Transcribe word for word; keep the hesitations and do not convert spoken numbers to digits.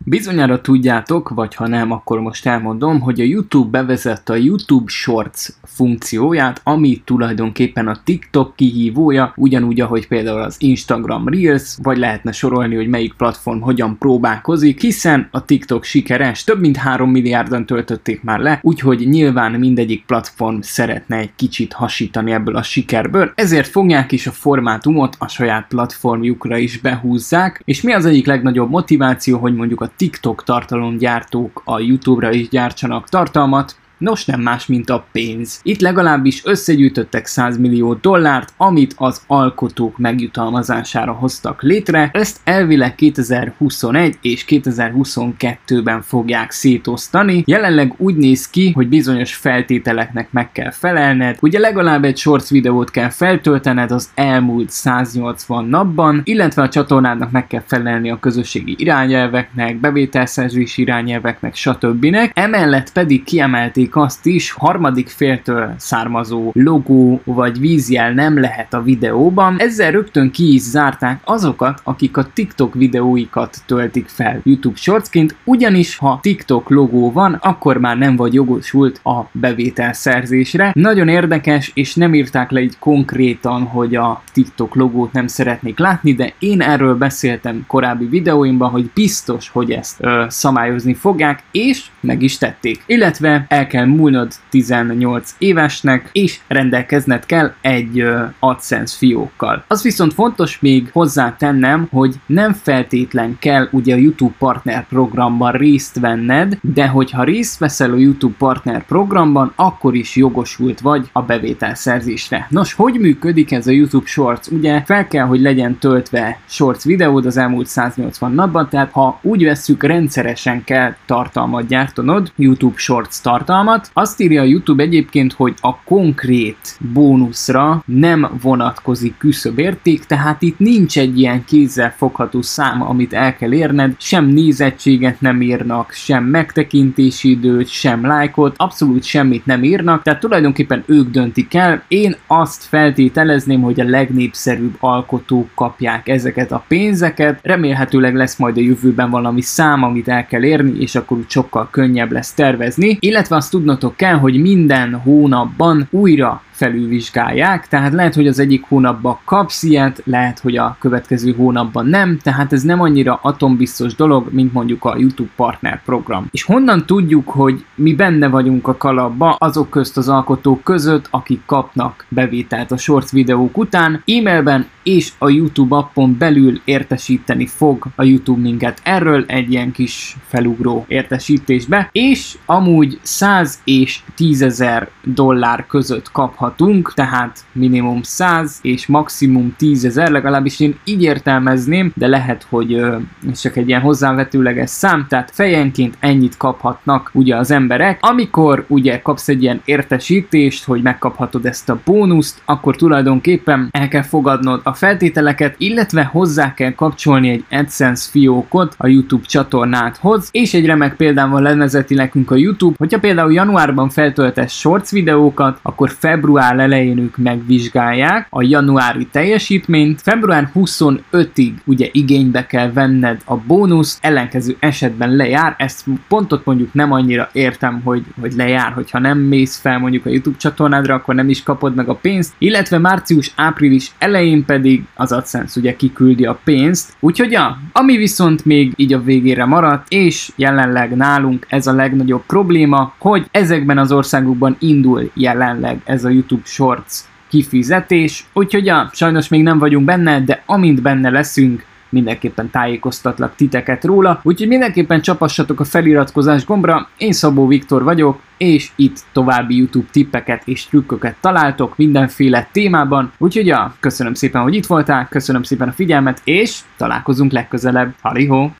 Bizonyára tudjátok, vagy ha nem, akkor most elmondom, hogy a YouTube bevezette a YouTube Shorts funkcióját, ami tulajdonképpen a TikTok kihívója, ugyanúgy, ahogy például az Instagram Reels, vagy lehetne sorolni, hogy melyik platform hogyan próbálkozik, hiszen a TikTok sikeres, több mint három milliárdan töltötték már le, úgyhogy nyilván mindegyik platform szeretne egy kicsit hasítani ebből a sikerből, ezért fogják is a formátumot a saját platformjukra is behúzzák, és mi az egyik legnagyobb motiváció, hogy mondjuk a TikTok tartalomgyártók a YouTube-ra is gyártsanak tartalmat? Nos, nem más, mint a pénz. Itt legalábbis összegyűjtöttek száz millió dollárt, amit az alkotók megjutalmazására hoztak létre. Ezt elvileg kétezer-huszonegy és kétezer-huszonkettőben fogják szétosztani. Jelenleg úgy néz ki, hogy bizonyos feltételeknek meg kell felelned. Ugye legalább egy shorts videót kell feltöltened az elmúlt száznyolcvan napban, illetve a csatornádnak meg kell felelni a közösségi irányelveknek, bevételszerzési irányelveknek, stb. Emellett pedig kiemelték azt is, harmadik féltől származó logó vagy vízjel nem lehet a videóban. Ezzel rögtön ki is zárták azokat, akik a TikTok videóikat töltik fel YouTube Shortsként, ugyanis ha TikTok logó van, akkor már nem vagy jogosult a bevételszerzésre. Nagyon érdekes, és nem írták le így konkrétan, hogy a TikTok logót nem szeretnék látni, de én erről beszéltem korábbi videóimban, hogy biztos, hogy ezt ö, szabályozni fogják, és meg is tették. Illetve el kell múlnod tizennyolc évesnek, és rendelkezned kell egy uh, AdSense fiókkal. Az viszont fontos még hozzátennem, hogy nem feltétlen kell ugye a YouTube Partner programban részt venned, de hogyha részt veszel a YouTube Partner programban, akkor is jogosult vagy a bevételszerzésre. Nos, hogy működik ez a YouTube Shorts? Ugye fel kell, hogy legyen töltve Shorts videód az elmúlt száznyolcvan napban, tehát ha úgy vesszük, rendszeresen kell tartalmat gyártanod, YouTube Shorts tartalmat. Azt írja a YouTube egyébként, hogy a konkrét bónuszra nem vonatkozik küszöbérték, tehát itt nincs egy ilyen kézzel fogható szám, amit el kell érned, sem nézettséget nem írnak, sem megtekintési időt, sem lájkot, abszolút semmit nem írnak, tehát tulajdonképpen ők döntik el. Én azt feltételezném, hogy a legnépszerűbb alkotók kapják ezeket a pénzeket, remélhetőleg lesz majd a jövőben valami szám, amit el kell érni, és akkor úgy sokkal könnyebb lesz tervezni, illetve azt tudnotok kell, hogy minden hónapban újra felülvizsgálják, tehát lehet, hogy az egyik hónapban kapsz ilyet, lehet, hogy a következő hónapban nem, tehát ez nem annyira atombiztos dolog, mint mondjuk a YouTube Partner program. És honnan tudjuk, hogy mi benne vagyunk a kalapba azok közt az alkotók között, akik kapnak bevételt a shorts videók után? E-mailben és a YouTube appon belül értesíteni fog a YouTube minket erről egy ilyen kis felugró értesítésbe, és amúgy száz és tízezer dollár között kaphatunk, tehát minimum száz és maximum tízezer, legalábbis én így értelmezném, de lehet, hogy ö, csak egy ilyen hozzávetőleges szám, tehát fejenként ennyit kaphatnak ugye az emberek. Amikor ugye kapsz egy ilyen értesítést, hogy megkaphatod ezt a bónuszt, akkor tulajdonképpen el kell fogadnod a feltételeket, illetve hozzá kell kapcsolni egy AdSense fiókot a YouTube csatornádhoz, és egy remek példával levezeti nekünk a YouTube, hogyha például januárban feltöltesz shorts videókat, akkor február elején ők megvizsgálják a januári teljesítményt, február huszonötödikéig ugye igénybe kell venned a bónuszt, ellenkező esetben lejár, ezt pontot mondjuk nem annyira értem, hogy, hogy lejár, hogyha nem mész fel mondjuk a YouTube csatornádra, akkor nem is kapod meg a pénzt, illetve március-április elején pedig az AdSense ugye kiküldi a pénzt, úgyhogy ja, ami viszont még így a végére maradt, és jelenleg nálunk ez a legnagyobb probléma, hogy ezekben az országokban indul jelenleg ez a YouTube Shorts kifizetés, úgyhogy ja, sajnos még nem vagyunk benne, de amint benne leszünk, mindenképpen tájékoztatlak titeket róla, úgyhogy mindenképpen csapassatok a feliratkozás gombra, én Szabó Viktor vagyok, és itt további YouTube tippeket és trükköket találtok mindenféle témában, úgyhogy ja, köszönöm szépen, hogy itt voltál, köszönöm szépen a figyelmet, és találkozunk legközelebb. Halihó!